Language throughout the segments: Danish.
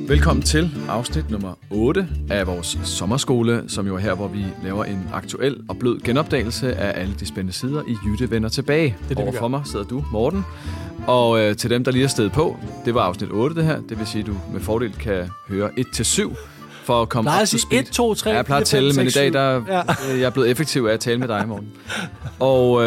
Velkommen til afsnit nummer 8 af vores sommerskole, som jo er her, hvor vi laver en aktuel og blød genopdagelse af alle de spændende sider i Jytte vender tilbage. Overfor mig sidder du, Morten. Og til dem, der lige er stedet på, det var afsnit 8 det her. Det vil sige, at du med fordel kan høre 1-7 for at komme op til speed. 1, 2, 3, jeg plejer at tælle, men i dag jeg er blevet effektiv af at tale med dig, Morten. Og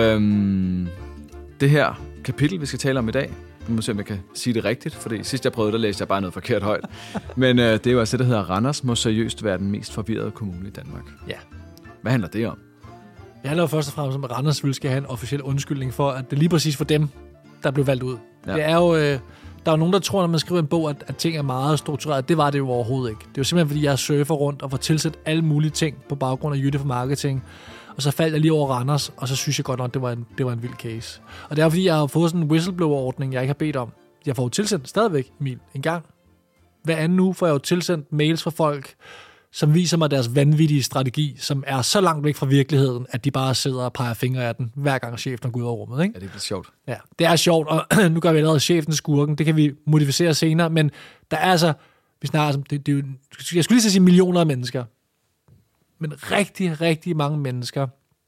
det her kapitel, vi skal tale om i dag, nu må se, om jeg kan sige det rigtigt, fordi sidst jeg prøvede, der læste jeg bare noget forkert højt. Men det er jo altså det, der hedder Randers må seriøst være den mest forvirrede kommune i Danmark. Ja. Hvad handler det om? Det handler jo først og fremmest om, at Randers skal have en officiel undskyldning for, at det lige præcis for dem, der blev valgt ud. Ja. Det er jo, der er jo nogen, der tror, når man skriver en bog, at ting er meget struktureret. Det var det jo overhovedet ikke. Det er jo simpelthen, fordi jeg surfer rundt og får tilsat alle mulige ting på baggrund af Jytte for Marketing. Og så faldt jeg lige over Randers, og så synes jeg godt nok, det var en vild case. Og det er fordi, jeg har fået sådan en whistleblower-ordning, jeg ikke har bedt om. Jeg får jo tilsendt stadigvæk, Emil, en gang. Hver anden uge får jeg jo tilsendt mails fra folk, som viser mig deres vanvittige strategi, som er så langt væk fra virkeligheden, at de bare sidder og peger fingre af den, hver gang chefen går ud over rummet. Ikke? Ja, det er lidt sjovt. Ja, det er sjovt, og nu gør vi allerede chefen skurken. Det kan vi modificere senere, men der er altså, vi snakker om, det er jo, jeg skulle lige sige millioner af mennesker, men rigtig, rigtig mange mennesker,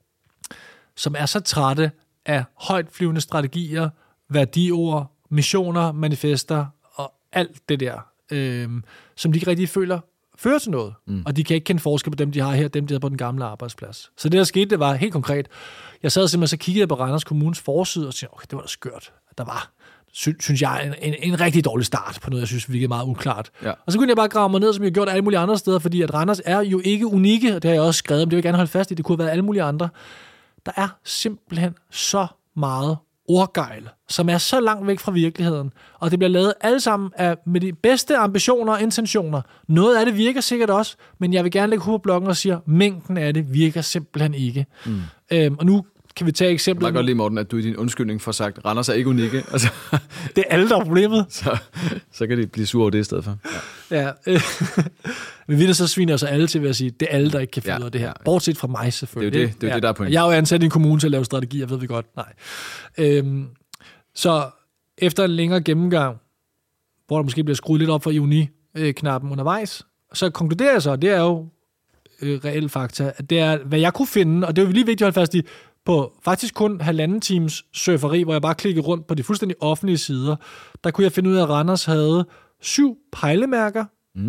som er så trætte af højtflyvende strategier, værdiord, missioner, manifester og alt det der, som de ikke rigtig føler fører til noget. Og de kan ikke kende forskel på dem, de har her, dem, de har på den gamle arbejdsplads. Så det, der skete, det var helt konkret. Jeg sad simpelthen så kiggede på Randers Kommunes forside og tænkte, okay, det var da skørt. Der var, synes jeg, en rigtig dårlig start på noget, jeg synes virkede meget uklart. Ja. Og så kunne jeg bare grave mig ned, som jeg har gjort alle mulige andre steder, fordi at Randers er jo ikke unikke, og det har jeg også skrevet, men det vil jeg gerne holde fast i, det kunne have været alle mulige andre. Der er simpelthen så meget ordgejl, som er så langt væk fra virkeligheden, og det bliver lavet alle sammen med de bedste ambitioner og intentioner. Noget af det virker sikkert også, men jeg vil gerne lægge hovedet på blokken og sige, mængden af det virker simpelthen ikke. Og nu kan vi tage eksemplet. Jeg kan godt lide, Morten, at du i din undskyldning får sagt, Randers er ikke unikke. Altså, det er alle, der er problemet. Så kan de blive sure over det i stedet for. Ja. Men vi så sviner så alle til ved at sige, det er alle, der ikke kan finde ud af det her. Bortset fra mig selvfølgelig. Det er jo det, der er pointen. Jeg er jo ansat i en kommune til at lave strategier, ved vi godt. Nej. Så efter en længere gennemgang, hvor der måske bliver skruet lidt op for ironi-knappen undervejs, så konkluderer jeg så, det er jo reelle fakta, at det er, hvad jeg kunne finde, og det er jo lige vigtigt at holde fast i, på faktisk kun 1,5 times surferi, hvor jeg bare klikkede rundt på de fuldstændig offentlige sider, der kunne jeg finde ud af, at Randers havde 7 pejlemærker,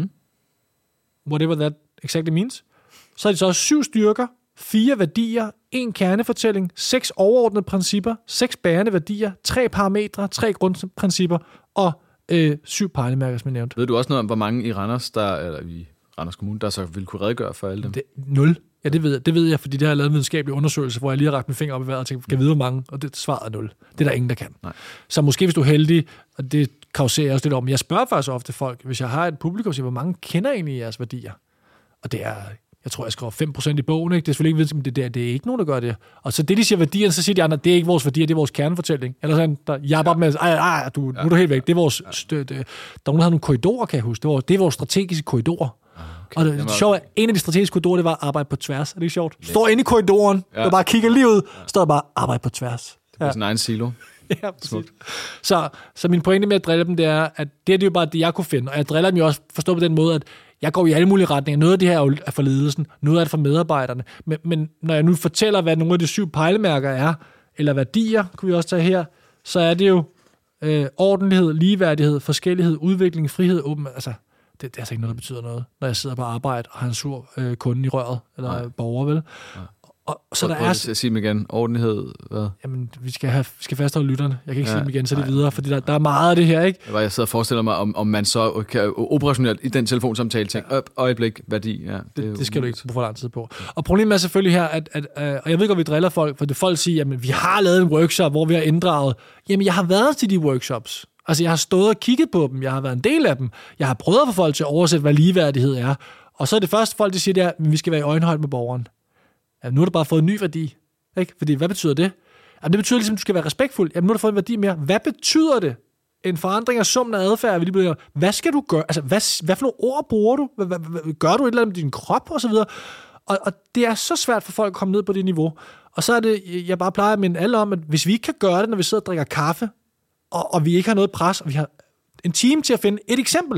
whatever that exactly means. Så er det så 7 styrker, 4 værdier, 1 kernefortælling, 6 overordnede principper, 6 bærende værdier, 3 parametre, 3 grundprincipper og 7 pejlemærker, som jeg nævnte. Ved du også noget om, hvor mange i Randers, eller i Randers Kommune, der så ville kunne redegøre for alle dem? 0. Ja, det ved jeg, fordi det har jeg lavet en videnskabelig undersøgelse, hvor jeg lige har rakt min finger op i vejret og tænkt, kan jeg vide, hvor mange? Og det svaret er 0. Det er der ingen, der kan. Nej. Så måske, hvis du er heldig, og det kauserer jeg også lidt om, jeg spørger faktisk ofte folk, hvis jeg har et publikum, siger, hvor mange kender egentlig jeres værdier? Og det er, jeg tror, jeg skriver 5% i bogen, ikke? Det er selvfølgelig ikke videnskab, men det er ikke nogen, der gør det. Og så det, de siger værdierne, så siger de andre, det er ikke vores værdier, det er vores kernefortælling. Eller sådan, jeg er bare med, nu er du helt væk. Det er vores, der er nogen, der har nogle korridorer, kan jeg huske. Det er vores strategiske korridorer. Okay. Og det sjove er, en af de strategiske korridorer, det var arbejde på tværs. Er det ikke sjovt? Står inde i korridoren, du bare kigger lige ud, står bare arbejde på tværs. Det er sådan en egen silo. Ja, præcis. Så min pointe med at drille dem, det er, at det er jo bare det, jeg kunne finde. Og jeg driller dem jo også forstå på den måde, at jeg går i alle mulige retninger. Noget af det her er for ledelsen, noget af det for medarbejderne. Men når jeg nu fortæller, hvad nogle af de 7 pejlemærker er, eller værdier, kunne vi også tage her, så er det jo ordentlighed, ligeværdighed, forskellighed, udvikling, frihed, åben. Altså, det er altså ikke noget, der betyder noget, når jeg sidder på arbejde og har en sur kunde i røret, eller borger, vel? Ja. Og så der er... Sig dem igen. Ordentlighed, hvad? Jamen, vi skal fastholde lytterne. Jeg kan ikke sige dem igen, så det videre, fordi der er meget af det her, ikke? Jeg sidder og forestiller mig, om man så kan operationelt i den telefonsamtale tænke, øjeblik, værdi. Ja, det skal du ikke bruge for lang tid på. Og problemet er selvfølgelig her, at og jeg ved godt, vi driller folk, for det folk siger, jamen, vi har lavet en workshop, hvor vi har inddraget. Jamen, jeg har været til de workshops. Altså, jeg har stået og kigget på dem. Jeg har været en del af dem. Jeg har prøvet at få folk til at oversætte, hvad ligeværdighed er. Og så er det første folk, der siger, det er, at vi skal være i øjenhøjde med borgeren. Ja, nu har du bare fået en ny værdi. Ikke? Fordi, hvad betyder det? Jamen, det betyder ligesom, at du skal være respektfuld. Jamen, nu har du fået en værdi mere. Hvad betyder det? En forandring af summen af adfærd. Hvad skal du gøre? Altså, hvad for nogle ord bruger du? Gør du et eller andet med din krop? Og så videre. Og det er så svært for folk at komme ned på det niveau. Og så er det, jeg bare plejer at minde alle om, at hvis vi ikke kan gøre det, når vi sidder og drikker kaffe, og vi ikke har noget pres, og vi har en time til at finde et eksempel,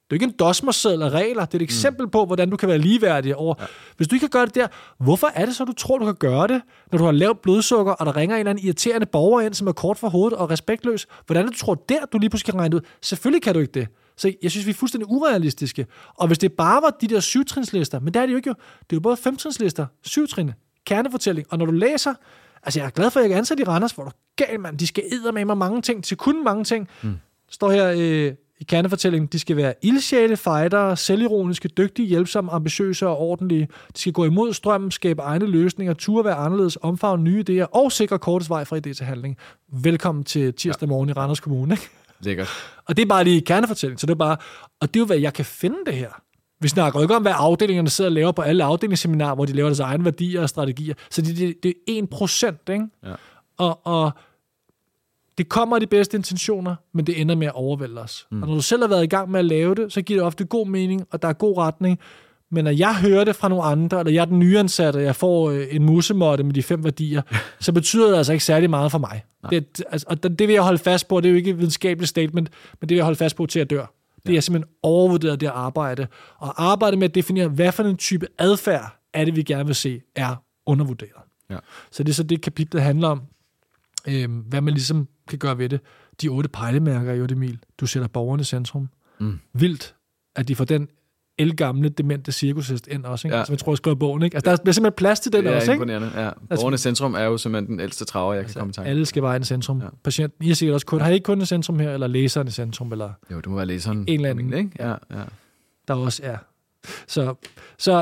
Det er ikke en dosmerseddel af regler. Det er et eksempel på, hvordan du kan være ligeværdig over. Ja. Hvis du ikke kan gøre det der, hvorfor er det så, du tror, du kan gøre det, når du har lavt blodsukker, og der ringer en eller anden irriterende borger ind, som er kort for hovedet og respektløs? Hvordan er det, du tror der, du lige pludselig kan regne ud? Selvfølgelig kan du ikke det. Så jeg synes, vi er fuldstændig urealistiske. Og hvis det bare var de der 7-trinslister, men det er det jo ikke jo. Det er jo både 5-trinslister, 7-trin, kernefortælling. Og når du læser, altså jeg er glad for, at jeg er ansat i Randers, hvor du gal, mand. De skal eddermame mig mange ting. De skal kunne mange ting. Står her i kernefortællingen, de skal være ildsjæle, fightere, selvironiske, dygtige, hjælpsomme, ambitiøse og ordentlige. De skal gå imod strømmen, skabe egne løsninger, ture være anderledes, omfavne nye idéer og sikre kortest vej fra idé til handling. Velkommen til tirsdag morgen i Randers Kommune. Ikke? Lækkert. Og det er bare lige kernefortælling, så det er bare, og det er jo, hvad jeg kan finde det her. Vi snakker jo ikke om, hvad afdelingerne sidder og laver på alle afdelingsseminarer, hvor de laver deres egne værdier og strategier. Så det er 1%, ikke? Ja. Og det kommer af de bedste intentioner, men det ender med at overvælde os. Og når du selv har været i gang med at lave det, så giver det ofte god mening, og der er god retning. Men når jeg hører det fra nogle andre, eller jeg er den nyansatte, og jeg får en musemåtte med de 5 værdier, så betyder det altså ikke særlig meget for mig. Det vil jeg holde fast på, det er jo ikke et videnskabeligt statement, men det vil jeg holde fast på til at dør. Det er simpelthen overvurderet, det at arbejde. Og arbejde med at definere, hvad for en type adfærd er det, vi gerne vil se, er undervurderet. Ja. Så det er så det, kapitlet handler om, hvad man ligesom kan gøre ved det. De 8 pejlemærker, jo Emil. Du sætter borgerne i centrum. Vildt, at de får den elgamle, demente cirkushest ind også, ikke? Ja. Som jeg tror, jeg skriver i bogen, ikke? Altså, der bliver simpelthen plads til den også, ikke? Det er imponerende, ja. Borgernes centrum er jo simpelthen den ældste traver, jeg kan komme i tanke. Alle skal være i centrum. Ja. Patienten, I har sikkert også kun, har I ikke kun et centrum her, eller læseren i centrum, eller... Jo, det må være læseren. En eller anden, ikke? Ja. Der også er. Så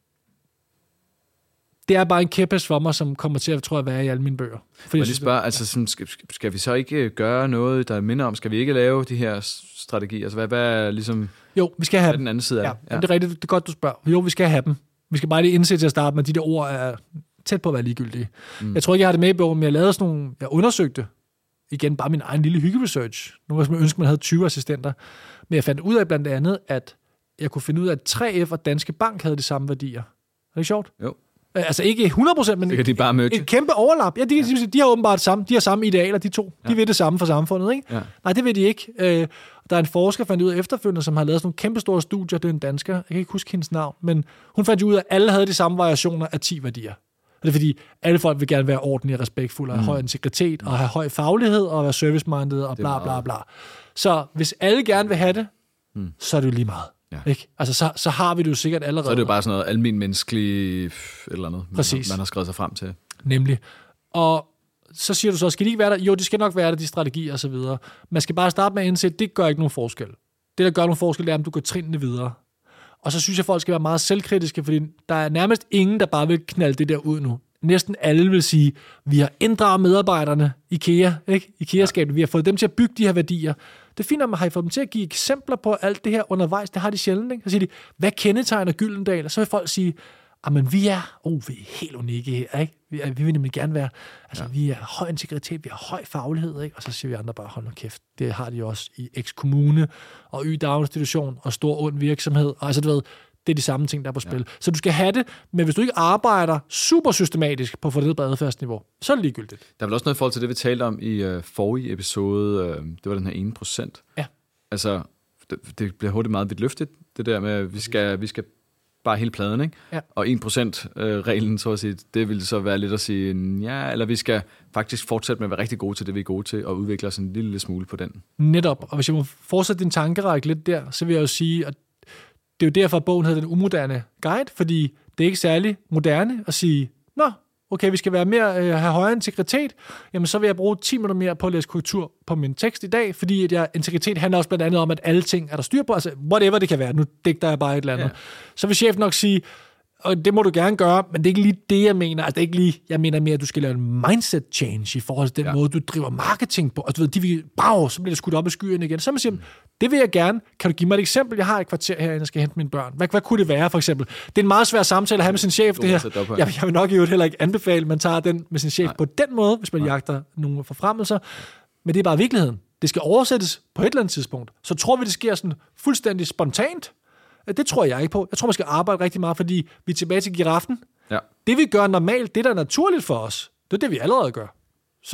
det er bare en kæphest for mig, som kommer til at, tror jeg, være i alle mine bøger. Fordi jeg lige spørge, altså, skal vi så ikke gøre noget, der minder om, skal vi ikke lave de her strategier? Altså, hvad er ligesom... Jo, vi skal have dem. Den anden side af det. Ja. Det er rigtigt, det er godt, du spørger. Jo, vi skal have dem. Vi skal bare lige indse til at starte med, de der ord er tæt på at være ligegyldige. Jeg tror ikke, jeg har det med i bogen, men jeg lavede sådan nogle... Jeg undersøgte igen bare min egen lille hyggeresearch. Nogle gange ønskede, man havde 20 assistenter. Men jeg fandt ud af blandt andet, at jeg kunne finde ud af, at 3F og Danske Bank havde de samme værdier. Er det ikke sjovt? Jo. Altså ikke 100%, men de bare et kæmpe overlap. Ja, de har åbenbart de har samme idealer, de to. Ja. De vil det samme for samfundet, ikke? Ja. Nej, det vil de ikke. Der er en forsker, fandt ud af efterfølgende, som har lavet sådan nogle kæmpe store studier. Det er en dansker. Jeg kan ikke huske hendes navn, men hun fandt ud af, at alle havde de samme variationer af 10 værdier. Og det er fordi, alle folk vil gerne være ordentlige og respektfulde, og have høj integritet, og have høj faglighed, og være service-minded, og bla bla bla. Så hvis alle gerne vil have det, så er det jo lige meget. Ja. Ikke? Altså, så har vi det jo sikkert allerede. Så er det jo bare sådan noget almen menneskelig eller andet, man har skrevet sig frem til. Nemlig. Og så siger du så, skal de ikke være der? Jo, de skal nok være der, de strategier og så videre. Man skal bare starte med at indse, at det gør ikke nogen forskel. Det, der gør nogen forskel, det er, om du går trinene videre. Og så synes jeg, at folk skal være meget selvkritiske, fordi der er nærmest ingen, der bare vil knalde det der ud nu. Næsten alle vil sige, vi har inddraget medarbejderne, IKEA, ikke? IKEA-skabet, vi har fået dem til at bygge de her værdier. Det er fint, at man har fået dem til at give eksempler på alt det her undervejs. Det har de sjældent, ikke? Så siger de, hvad kendetegner Gyldendal? Og så vil folk sige, men vi er helt unikke her, ikke? Vi vil nemlig gerne være, vi har høj integritet, vi har høj faglighed, ikke? Og så siger vi andre bare, hold nu kæft, det har de også i X-kommune og Y-daginstitution og stor ond virksomhed. Og altså, du ved, det er de samme ting, der er på spil. Ja. Så du skal have det, men hvis du ikke arbejder super systematisk på at få det på adfærdsniveau, så er det ligegyldigt. Der er vel også noget i forhold til det, vi talte om i forrige episode. Det var den her 1%. Ja. Altså, det bliver hurtigt meget vidtløftigt, det der med, at vi skal bare hele pladen, ikke? Ja. Og 1%-reglen, så at sige, det vil så være lidt at sige, ja, eller vi skal faktisk fortsætte med at være rigtig gode til det, vi er gode til, og udvikle os en lille smule på den. Netop. Og hvis jeg må fortsætte din tankerække lidt der, så vil jeg jo sige, at det er jo derfor, at bogen hedder Den umoderne guide, fordi det er ikke særlig moderne at sige, okay, vi skal være mere, have højere integritet, jamen så vil jeg bruge 10 minutter mere på at læse korrektur på min tekst i dag, fordi integritet handler også blandt andet om, at alle ting er der styr på, altså whatever det kan være, nu digter jeg bare et eller andet. Ja. Så vil chefen nok sige, og det må du gerne gøre, men det er ikke lige det, jeg mener. Altså, det er ikke lige, jeg mener mere, at du skal lave en mindset change i forhold til den måde, du driver marketing på. Og du ved, så bliver det skudt op i skyerne igen. Så man siger, det vil jeg gerne. Kan du give mig et eksempel? Jeg har et kvarter herinde, jeg skal hente mine børn. Hvad kunne det være, for eksempel? Det er en meget svær samtale at have med sin chef, det her. Jeg vil nok heller ikke anbefale, at man tager den med sin chef på den måde, hvis man jagter nogle forfremmelser. Men det er bare virkeligheden. Det skal oversættes på et eller andet tidspunkt. Så tror vi, det sker sådan fuldstændig spontant. Det tror jeg ikke på. Jeg tror, man skal arbejde rigtig meget, fordi vi er tilbage til giraffen. Ja. Det vi gør normalt, det der er naturligt for os, det er det, vi allerede gør. Så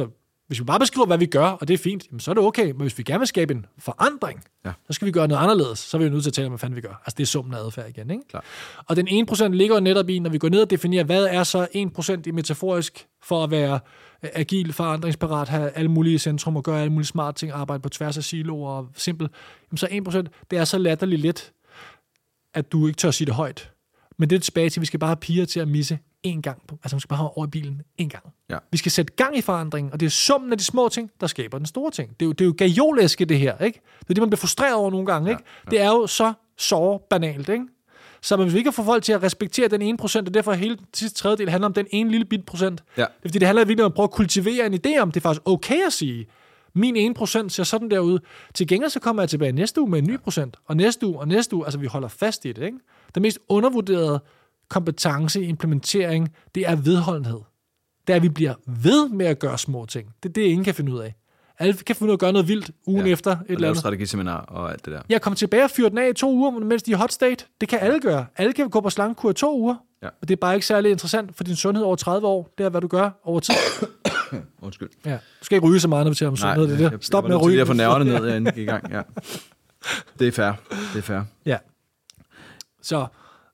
Hvis vi bare beskriver, hvad vi gør, og det er fint, så er det okay. Men hvis vi gerne vil skabe en forandring, så skal vi gøre noget anderledes. Så er vi jo nødt til at tale om, hvad fanden vi gør. Altså det er summen af adfærd igen, ikke? Klar. Og den 1% ligger jo netop i, når vi går ned og definerer, hvad er så 1% i metaforisk for at være agil, forandringsparat, have alle mulige centrum og gøre alle mulige smarte ting, arbejde på tværs af siloer og simpelt. Jamen så 1%, det er så latterligt lidt, at du ikke tør sige det højt. Men det er tilbage til, at vi skal bare have piger til at misse én gang. Altså, vi skal bare have over i bilen én gang. Ja. Vi skal sætte gang i forandringen, og det er summen af de små ting, der skaber den store ting. Det er jo gajolæske, det her, ikke? Det er det, man bliver frustreret over nogle gange, ikke? Ja. Det er jo så banalt, ikke? Så hvis vi ikke kan få folk til at respektere den 1%, og derfor hele sidste tredjedel handler om den ene lille bit procent. Ja. Det er fordi, det handler virkelig om at prøve at kultivere en idé om, det er faktisk okay at sige, min 1% ser sådan der ud. Til gengæld så kommer jeg tilbage næste uge med en ny procent, og næste uge, altså vi holder fast i det, ikke? Den mest undervurderede kompetence i implementering, det er vedholdenhed. Det er, at vi bliver ved med at gøre små ting. Det er det, ingen kan finde ud af. Alle kan finde ud af at gøre noget vildt ugen efter et eller andet. Strategiseminar og alt det der. Jeg kommer tilbage og fyrer den af i 2 uger, mens de er hot state. Det kan alle gøre. Alle kan gå på slankekur i 2 uger. Ja. Og det er bare ikke særlig interessant for din sundhed over 30 år. Det er, hvad du gør over tid. Undskyld. Ja. Du skal ikke ryge så meget, når vi taler om sundhed. Nej, det. Stop med at ryge. Jeg får nerverne ned, jeg gik i gang. Ja. Det er fair. Ja. Så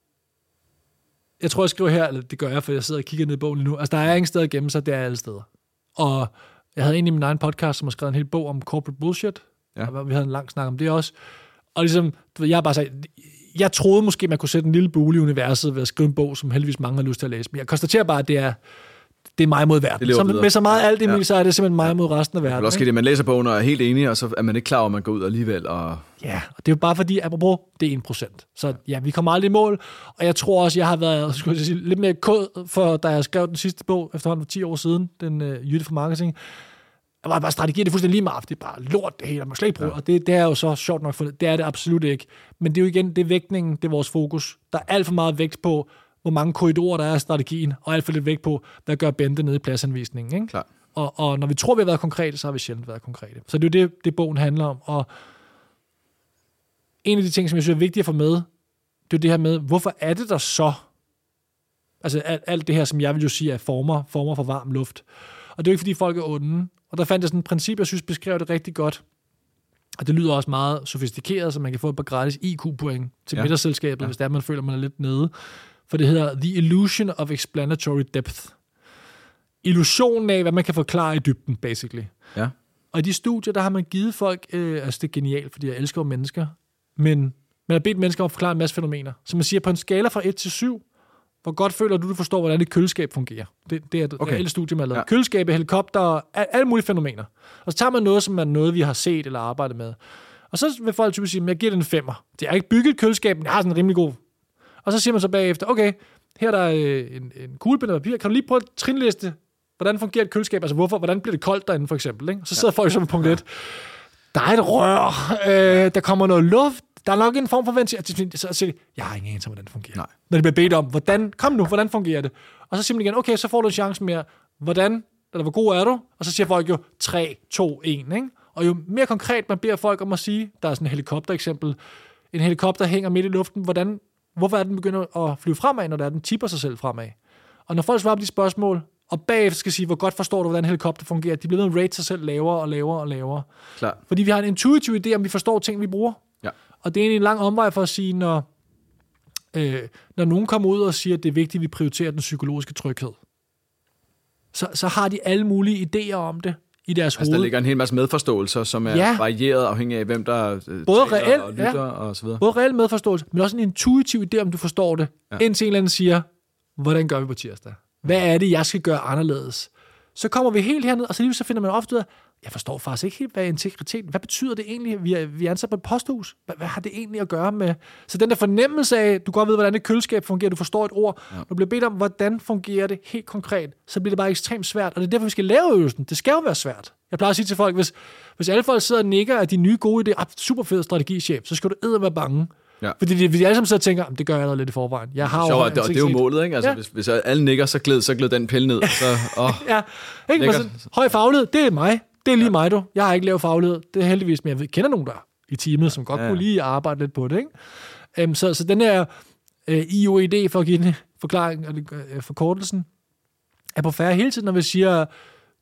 jeg tror, jeg skriver her, eller det gør jeg, for jeg sidder og kigger ned i bogen lige nu. Altså, der er ingen sted at gemme sig, det er alle steder. Og jeg havde egentlig min egen podcast, som har skrevet en hel bog om corporate bullshit. Ja. Og vi havde en lang snak om det også. Og ligesom, jeg har bare sagt, jeg troede måske, man kunne sætte en lille bule i universet ved at skrive en bog, som heldigvis mange har lyst til at læse. Men jeg konstaterer bare, at det er mig mod verden. Så med så meget alt det, så er det simpelthen mig mod resten af verden. Det er også det, man læser bogen og er helt enig, og så er man ikke klar over, at man går ud alligevel. Ja, og det er jo bare fordi, apropos, det er 1%. Så ja, vi kommer aldrig i mål, og jeg tror også, jeg har været lidt mere kod, for da jeg skrev den sidste bog, efterhånden for 10 år siden, den Jytte for Marketing. Der var bare strategi, det er fuldstændig lige meget, det er bare lort det hele, man slet ikke bruge, og det er jo så sjovt nok fundet. Det er det absolut ikke. Men det er jo igen, det er vægtningen, det er vores fokus. Der er alt for meget vægt på, hvor mange korridorer der er i strategien, og alt for lidt vægt på, hvad gør Bente nede i pladsanvisningen. Ikke? Klar. Og når vi tror, vi har været konkrete, så har vi sjældent været konkrete. Så det er jo det bogen handler om. Og en af de ting, som jeg synes er vigtigt at få med, det er det her med, hvorfor er det der så? Altså alt det her, som jeg vil jo sige, er former for varm luft. Og det er jo ikke, fordi folk er onde. Og der fandt jeg sådan et princip, jeg synes beskrev det rigtig godt. Og det lyder også meget sofistikeret, så man kan få et par gratis IQ-point til middagsselskabet, hvis det er, man føler, man er lidt nede. For det hedder The Illusion of Explanatory Depth. Illusionen af, hvad man kan forklare i dybden, basically. Ja. Og i de studier, der har man givet folk, altså det er genialt, fordi jeg elsker mennesker, men man har bedt mennesker om at forklare en masse fænomener. Så man siger, på en skala fra 1 til 7, hvor godt føler du forstår, hvordan et køleskab fungerer. Det er alle studier, man har lavet. Ja. Køleskabe, helikopter, alle mulige fænomener. Og så tager man noget, som er noget, vi har set eller arbejdet med. Og så vil folk typisk sige, jeg giver den en 5'er. Det er ikke bygget et køleskab, men jeg har sådan en rimelig god. Og så siger man så bagefter, okay, her er der en kuglepind af papir. Kan du lige prøve at trinliste, hvordan fungerer et køleskab? Altså hvordan bliver det koldt derinde, for eksempel? Ikke? Så sidder folk så med punkt 1. Der er et rør, der kommer noget luft, der er nok en form for ventil. Så siger de, jeg har ingen anelse om, hvordan det fungerer. Nej. Når de bliver bedt om, hvordan fungerer det? Og så siger man igen, okay, så får du en chance mere. Hvor god er du? Og så siger folk jo 3, 2, 1. Ikke? Og jo mere konkret man beder folk om at sige, der er sådan en helikopter-eksempel. En helikopter hænger midt i luften. Hvorfor er den begynder at flyve fremad, når den tipper sig selv fremad? Og når folk svarer på de spørgsmål, og bagefter skal sige, hvor godt forstår du, hvordan en helikopter fungerer, de bliver ved at rate sig selv lavere og lavere og lavere. Klar. Fordi vi har en intuitiv idé, om vi forstår ting, vi bruger. Ja. Og det er egentlig en lang omvej for at sige, når nogen kommer ud og siger, at det er vigtigt, at vi prioriterer den psykologiske tryghed, så har de alle mulige idéer om det i deres hoved. Der ligger en hel masse medforståelser, som er varieret afhængig af, hvem der både taler og lytter og så videre. Både reel medforståelse, men også en intuitiv idé, om du forstår det. Ja. Indtil en eller anden siger, hvordan gør vi på tirsdag? Hvad er det, jeg skal gøre anderledes? Så kommer vi helt herned, og så finder man ofte ud af, jeg forstår faktisk ikke helt, hvad er integritet. Hvad betyder det egentlig, vi er ansat på et posthus? Hvad har det egentlig at gøre med? Så den der fornemmelse af, du godt ved, hvordan et køleskab fungerer, du forstår et ord, når du bliver bedt om, hvordan fungerer det helt konkret, så bliver det bare ekstremt svært, og det er derfor, vi skal lave øvelsen. Det skal jo være svært. Jeg plejer at sige til folk, hvis alle folk sidder og nikker af de nye gode idéer, super fed strategichef, så skal du eddermame bange. Ja. Fordi vi alle sammen sidder og tænker, det gør jeg allerede lidt i forvejen. Jeg har og det er jo målet, ikke? Altså, hvis alle nikker, så gled den pille ned. Så, ja, ikke? Så, høj faglighed, det er mig. Det er lige mig, du. Jeg har ikke lavet faglighed. Det er heldigvis, men jeg kender nogen der i teamet, som godt kunne lige arbejde lidt på det, ikke? Så den her IOED, for at give en forklaring, forkortelsen, er på færre hele tiden, når vi siger,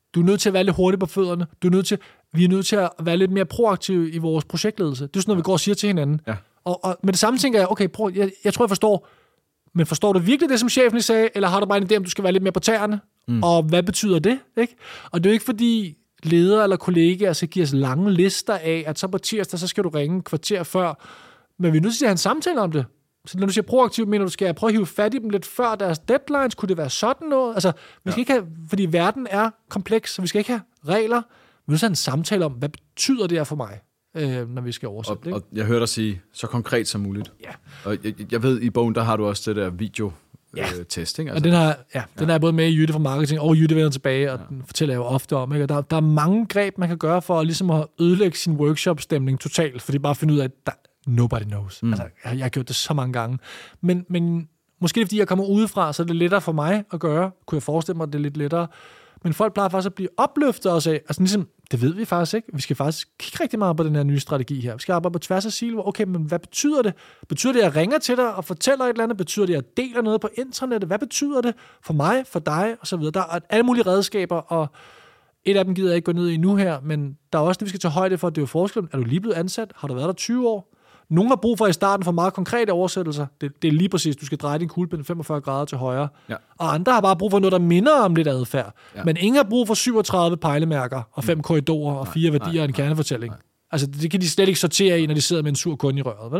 Du er nødt til at være lidt hurtig på fødderne. Vi er nødt til at være lidt mere proaktive i vores projektledelse. Det er sådan noget, vi går og siger til hinanden. Ja. Og med det samme tænker jeg, okay, jeg tror, jeg forstår. Men forstår du virkelig det, som chefen sagde, eller har du bare en idé, om du skal være lidt mere på tæerne? Og hvad betyder det? Ikke? Og det er jo ikke fordi ledere eller kollegaer skal give os lange lister af, at så på tirsdag, så skal du ringe kvarter før. Men vi er nødt til at have en samtale om det. Så når du siger proaktivt, mener du, skal jeg prøve at hive fat i dem lidt før deres deadlines? Kunne det være sådan noget? Altså, vi skal ikke have, fordi verden er kompleks, så vi skal ikke have regler. Vi skal have en samtale om, hvad betyder det her for mig, når vi skal oversætte det. Og jeg hørte dig sige, så konkret som muligt. Ja. Og jeg ved, i bogen, der har du også det der video-test, ikke? Altså. Og den er både med i Jytte for marketing, og Jytte vender tilbage, og den fortæller jeg jo ofte om. Ikke? Og der er mange greb, man kan gøre for ligesom at ødelægge sin workshop-stemning totalt, fordi bare finde ud af, at nobody knows. Altså, jeg har gjort det så mange gange. Men måske fordi jeg kommer udefra, så er det lettere for mig at gøre. Kunne jeg forestille mig, at det er lidt lettere. Men folk plejer faktisk at blive opløftet også af, altså ligesom, det ved vi faktisk ikke. Vi skal faktisk kigge rigtig meget på den her nye strategi her. Vi skal arbejde på tværs af siloer. Okay, men hvad betyder det? Betyder det, at jeg ringer til dig og fortæller et eller andet? Betyder det, at jeg deler noget på internettet? Hvad betyder det for mig, for dig og så videre? Der er alle mulige redskaber, og et af dem gider jeg ikke gå ned i nu her, men der er også det, vi skal tage højde for. Det er jo forskel. Er du lige blevet ansat? Har du været der 20 år? Nogle har brug for i starten for meget konkrete oversættelser. Det er lige præcis, du skal dreje din kuglepen 45 grader til højre. Ja. Og andre har bare brug for noget, der minder om lidt adfærd. Ja. Men ingen har brug for 37 pejlemærker og 5 korridorer og 4 værdier og en kernefortælling. Altså, det kan de slet ikke sortere i, når de sidder med en sur kunde i røret,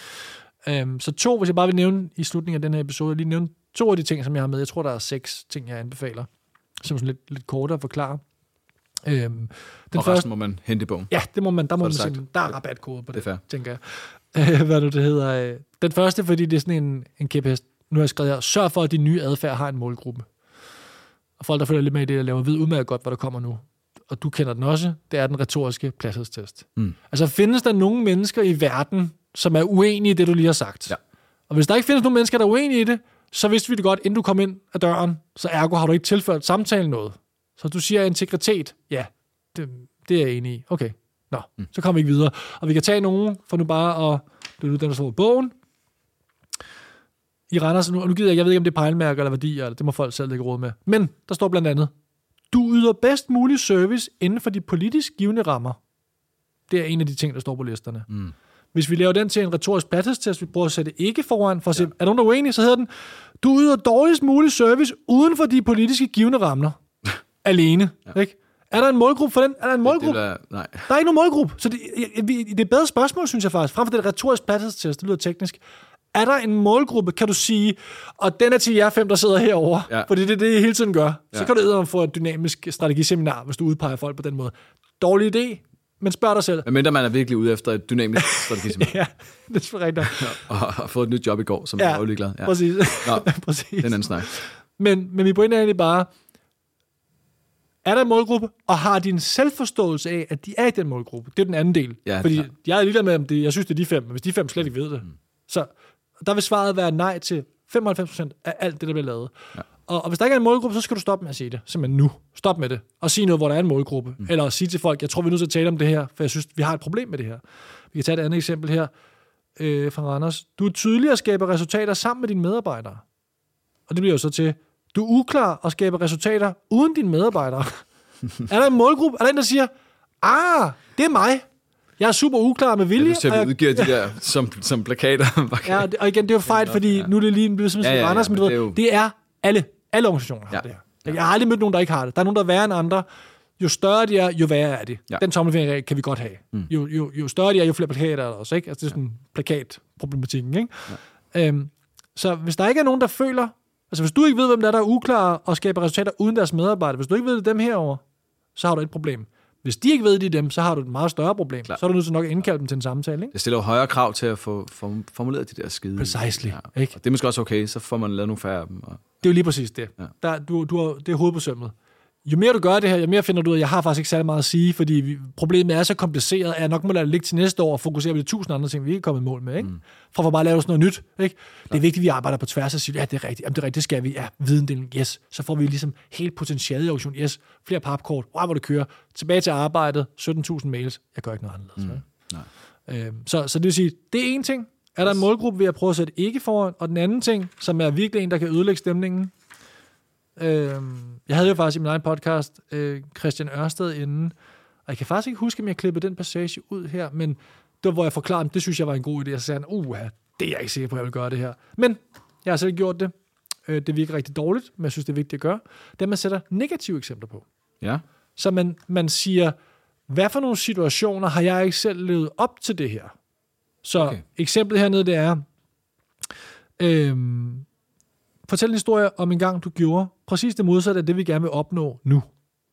vel? Så hvis jeg bare vil nævne i slutningen af den her episode, lige nævne 2 af de ting, som jeg har med. Jeg tror, der er 6 ting, jeg anbefaler, som sådan lidt kortere at forklare. Den og første må man hente i bogen. Ja, det må man. Der er rabatkode på det tænker jeg. Hvad det hedder. Den første, fordi det er sådan en kæphest. Nu har jeg skrevet her, sørg for, at din nye adfærd har en målgruppe. Og folk, der følger lidt med i det, der laver, ved udmærket godt, hvad der kommer nu. Og du kender den også. Det er den retoriske pladshedstest. Altså, findes der nogle mennesker i verden, som er uenige i det, du lige har sagt? Ja. Og hvis der ikke findes nogen mennesker, der er uenige i det, så vidste vi det godt, inden du kom ind ad døren, så ergo har du ikke tilført samtalen noget. Så du siger integritet. Ja, det er jeg enig i. Okay. Så kommer vi ikke videre. Og vi kan tage nogen, for nu bare at... Det er den, der står i bogen. I Randers, og nu gider jeg ved ikke, om det er pejlemærker eller værdier, eller det må folk selv lægge råd med. Men der står blandt andet, du yder bedst mulig service inden for de politisk givne rammer. Det er en af de ting, der står på listerne. Hvis vi laver den til en retorisk pladshedstest, vi prøver at sætte ikke foran, for at se, er nogen, der er uenige, så hedder den, du yder dårligst mulig service uden for de politiske givne rammer. Alene, ikke? Er der en målgruppe for den? Er der en målgruppe? Nej. Der er ikke nogen målgruppe. Så det er et bedre spørgsmål, synes jeg faktisk. Frem for det retorisk pladshedstest, det lyder teknisk. Er der en målgruppe, kan du sige, og den er til jer 5, der sidder herovre, fordi det er det, I hele tiden gør. Så kan du eddermame få et dynamisk strategiseminar, hvis du udpeger folk på den måde. Dårlig idé, men spørg dig selv. Men mindre man er virkelig ude efter et dynamisk strategiseminar. Ja, det er rigtigt. Og har fået et nyt job i går, som er jo glad. Ja. Præcis. Præcis. Det er en anden snak. Men min pointe er egentlig bare, er der en målgruppe, og har din selvforståelse af, at de er i den målgruppe? Det er den anden del. Ja, fordi jeg er ligeglad med, om jeg synes, det er de 5, men hvis de 5 slet ikke ved det. Så der vil svaret være nej til 95% af alt det, der bliver lavet. Ja. Og hvis der ikke er en målgruppe, så skal du stoppe med at sige det. Simpelthen nu. Stop med det. Og sige noget, hvor der er en målgruppe. Eller sige til folk, jeg tror, vi er nødt til at tale om det her, for jeg synes, vi har et problem med det her. Vi kan tage et andet eksempel her fra Randers. Du er tydelig at skabe resultater sammen med dine medarbejdere. Og det bliver jo så til, du er uklar og skaber resultater uden dine medarbejdere. Er der en målgruppe? Er der en, der siger, det er mig. Jeg er super uklar med vilje. Ja, du udgiver de der som plakater. Ja, og igen, det er jo fejl, fordi nu er det lige som Randers, men det er alle organisationer har det her. Jeg har aldrig mødt nogen, der ikke har det. Der er nogen, der er værre end andre. Jo større de er, jo værre er de. Ja. Den tommelfinger kan vi godt have. Jo større de er, jo flere plakater er der også. Ikke? Altså, det er sådan plakatproblematikken. Ikke? Ja. Så hvis der ikke er nogen, der føler... Altså, hvis du ikke ved, hvem der er uklar og skaber resultater uden deres medarbejdere, hvis du ikke ved det dem herover, så har du et problem. Hvis de ikke ved det dem, så har du et meget større problem. Klar. Så er du nødt til nok at indkalde dem til en samtale. Ikke? Det stiller jo højere krav til at få formuleret de der skide. Precisely. Ja. Ikke? Og det er måske også okay, så får man lavet nogle færre af dem. Og... Det er jo lige præcis det. Ja. Det er hovedet på sømmet. Jo mere du gør det her, jo mere finder du ud af, at jeg har faktisk ikke særlig meget at sige, fordi problemet er så kompliceret, at jeg nok må lade det ligge til næste år og fokusere på de 1000 andre ting, vi ikke er kommet i mål med. Ikke? For at bare lave sådan noget nyt. Ikke? Det er vigtigt, at vi arbejder på tværs og siger, ja, det er rigtigt, jamen, det er rigtigt, det skal vi. Ja, videndelen, yes. Så får vi ligesom helt potentiale i organisationen. Yes, flere papkort, hvor det kører. Tilbage til arbejdet, 17.000 mails. Jeg gør ikke noget anderledes. Så det vil sige, det er en ting. Er der en målgruppe, vi har prøvet at sætte ikke foran, og den anden ting, som er virkelig en, der kan ødelægge stemningen, Jeg havde jo faktisk i min egen podcast Christian Ørsted inden, og jeg kan faktisk ikke huske, om jeg klippede den passage ud her, men det var, hvor jeg forklarede, det synes jeg var en god idé, og så sagde han, det er jeg ikke sikker på, at jeg vil gøre det her. Men jeg har selv gjort det. Det virker rigtig dårligt, men jeg synes, det er vigtigt at gøre. Det man sætter negative eksempler på. Ja. Så man siger, hvad for nogle situationer har jeg ikke selv levet op til det her? Så eksemplet hernede, det er, fortæl en historie om en gang, du gjorde præcis det modsatte af det, vi gerne vil opnå nu.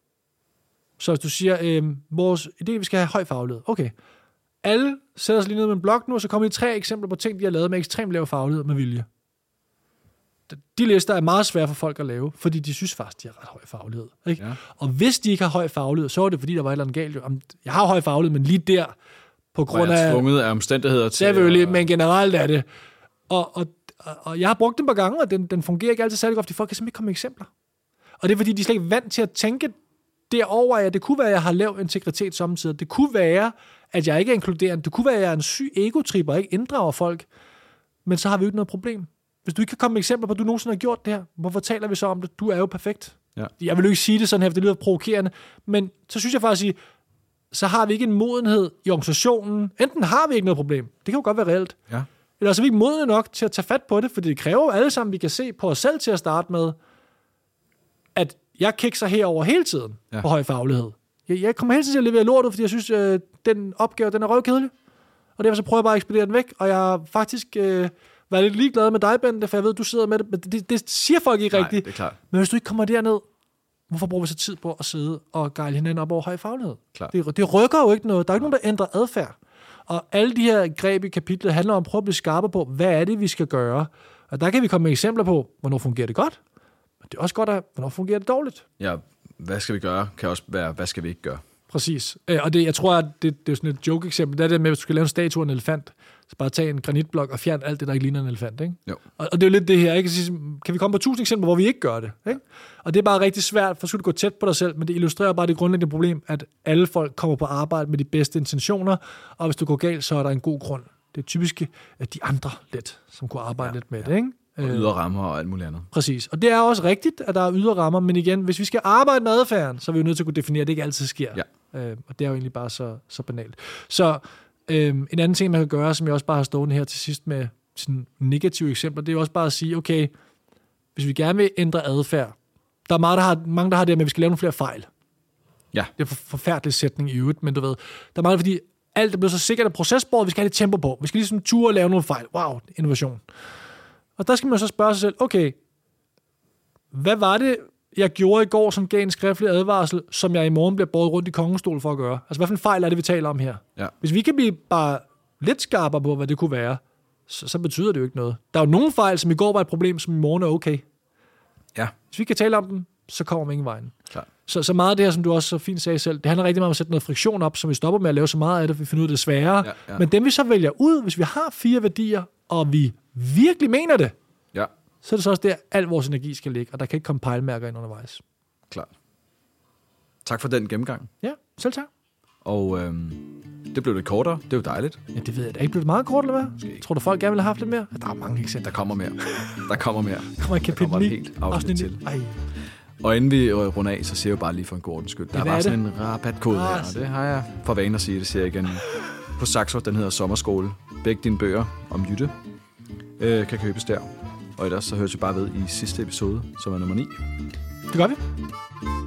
Så hvis du siger, vores idé, vi skal have høj faglighed. Okay. Alle sætter sig lige ned med en blok nu, og så kommer de 3 eksempler på ting, de har lavet med ekstremt lav faglighed med vilje. De lister er meget svære for folk at lave, fordi de synes faktisk, de har ret høj faglighed. Ikke? Ja. Og hvis de ikke har høj faglighed, så er det fordi, der var et eller andet galt. Jeg har høj faglighed, men lige der, på grund af... tvunget af omstændigheder til... Selvfølgelig, men generelt er det. Og jeg har brugt den et par gange, og den fungerer ikke altid særlig godt, fordi folk kan simpelthen ikke komme med eksempler. Og det er fordi, de er slet ikke vant til at tænke derover, at det kunne være, at jeg har lav integritet samtidig. Det kunne være, at jeg ikke er inkluderende. Det kunne være, at jeg er en syg egotrip og ikke inddrager folk. Men så har vi jo ikke noget problem. Hvis du ikke kan komme med eksempler på, at du nogensinde har gjort det her, hvorfor taler vi så om det? Du er jo perfekt. Ja. Jeg vil jo ikke sige det sådan her, for det lyder provokerende, men så synes jeg faktisk, så har vi ikke en modenhed i organisationen. Enten har vi ikke noget problem, det kan jo godt være reelt, eller så er vi ikke modne nok til at tage fat på det, fordi det kræver jo alle sammen, vi kan se på os selv til at starte med, at jeg kikser herover hele tiden på høj faglighed. Jeg kommer hele tiden til at levere lortet, fordi jeg synes, den opgave, den er røvkedelig, og derfor så prøver jeg bare at ekspedere den væk, og jeg har faktisk... Vær lidt ligeglad med dig, Bente, for jeg ved, du sidder med det. Men det siger folk ikke rigtigt. Det er klart. Men hvis du ikke kommer derned, hvorfor bruger vi så tid på at sidde og gejle hinanden op over høj faglighed? Det rykker jo ikke noget. Der er ikke nogen, der ændrer adfærd. Og alle de her greb i kapitlet handler om at prøve at blive skarpe på, hvad er det, vi skal gøre? Og der kan vi komme med eksempler på, hvornår fungerer det godt, men det er også godt, at hvornår fungerer det dårligt. Ja, hvad skal vi gøre, kan også være, hvad skal vi ikke gøre? Præcis. Og jeg tror, at det er sådan et joke-eksempel. Det er det med, hvis du skal lave en statue af en elefant, så bare tage en granitblok og fjerne alt det, der ikke ligner en elefant. Ikke? Jo. Og det er jo lidt det her. Ikke? Kan vi komme på 1000 eksempler, hvor vi ikke gør det? Ikke? Og det er bare rigtig svært, for så skal du gå tæt på dig selv, men det illustrerer bare det grundlæggende problem, at alle folk kommer på arbejde med de bedste intentioner, og hvis du går galt, så er der en god grund. Det er typisk de andre lidt, som kunne arbejde lidt med det. Ikke? Og ydre rammer og alt muligt andet. Præcis. Og det er også rigtigt, at der er ydre rammer, men igen, hvis vi skal arbejde med adfærden, så er vi jo nødt til at kunne definere, at det ikke altid sker. Ja. Og det er jo egentlig bare så banalt. Så en anden ting, man kan gøre, som jeg også bare har stående her til sidst med sådan negative eksempler, det er jo også bare at sige, okay, hvis vi gerne vil ændre adfærd, der er mange, der har det med, at vi skal lave nogle flere fejl. Ja. Det er en forfærdelig sætning i øvrigt, men du ved, der er meget, fordi alt er blevet så sikkert af procesbordet, vi skal have lidt tempo på. Vi skal ligesom ture og lave nogle fejl. Wow, innovation. Og der skal man så spørge sig selv, okay, hvad var det, jeg gjorde i går, som gav en skriftlig advarsel, som jeg i morgen bliver båret rundt i kongestol for at gøre? Altså, hvad for en fejl er det, vi taler om her? Ja. Hvis vi kan blive bare lidt skarpere på, hvad det kunne være, så betyder det jo ikke noget. Der er jo nogle fejl, som i går var et problem, som i morgen er okay. Ja. Hvis vi kan tale om dem, så kommer vi ingen vejen. Så meget af det her, som du også så fint sagde selv, det handler rigtig meget om at sætte noget friktion op, så vi stopper med at lave så meget af det, for vi finder ud af det sværere. Ja. Men dem vi så vælger ud, hvis vi har 4 værdier, og vi virkelig mener det, så er det så også der, al vores energi skal ligge, og der kan ikke komme pejlemærker ind undervejs. Klart. Tak for den gennemgang. Ja, selv tak. Og det blev lidt kortere. Det er jo dejligt. Ja, det ved jeg da. Ikke blevet meget kort, eller hvad? Tror du, folk gerne ville have haft lidt mere? Ja, der er mange eksempler. Der kommer mere. Der kommer et kapitel 9. Helt afsnit til. Ej. Og inden vi runder af, så siger jeg bare lige for en god ordens skyld. Der var sådan en rabatkode her, og det har jeg for vane at sige. Det siger jeg igen på Saxo. Den hedder Sommerskole. Begge dine bøger om Jytte kan købes der. Og ellers så høres vi bare ved i sidste episode, som er nummer 9. Det gør vi.